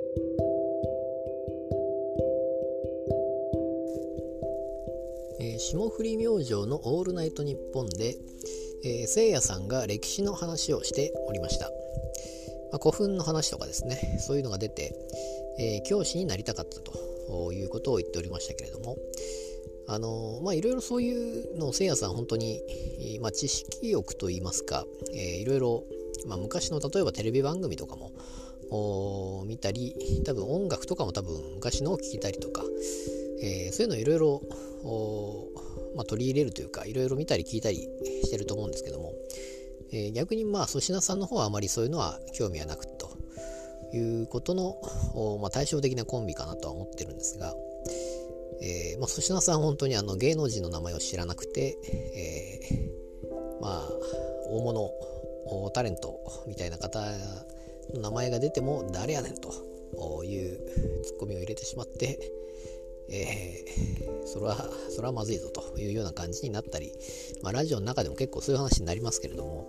霜降り明星のオールナイトニッポンで、せいやさんが歴史の話をしておりました。古墳の話とかですね、そういうのが出て、教師になりたかったということを言っておりましたけれども、いろいろそういうのをせいやさん本当に、知識欲といいますか、いろいろ、昔の例えばテレビ番組とかも見たり、多分音楽とかも多分昔のを聞いたりとか、そういうのをいろいろ取り入れるというか、いろいろ見たり聞いたりしてると思うんですけども、逆に粗品さんの方はあまりそういうのは興味はなくということの、対照的なコンビかなとは思ってるんですが、粗品さん本当に芸能人の名前を知らなくて、大物タレントみたいな方の名前が出ても誰やねんというツッコミを入れてしまって、それはまずいぞというような感じになったり、ラジオの中でも結構そういう話になりますけれども、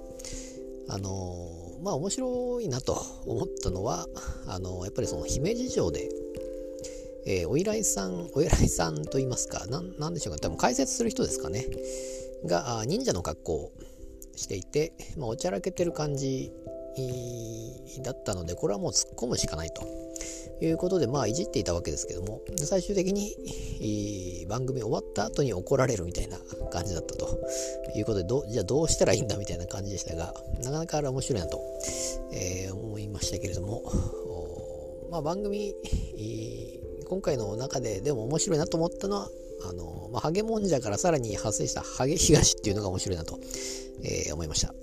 面白いなと思ったのはやっぱりその姫路城で、お依頼さんと言いますか、なんでしょうか、多分解説する人ですかねが忍者の格好をしていて、おちゃらけてる感じだったので、これはもう突っ込むしかないということでいじっていたわけですけども、最終的に番組終わった後に怒られるみたいな感じだったということで、じゃあどうしたらいいんだみたいな感じでしたが、なかなかあれ面白いなと、思いましたけれども、番組今回の中ででも面白いなと思ったのはハゲもんじゃからさらに発生したハゲ東っていうのが面白いなと、思いました。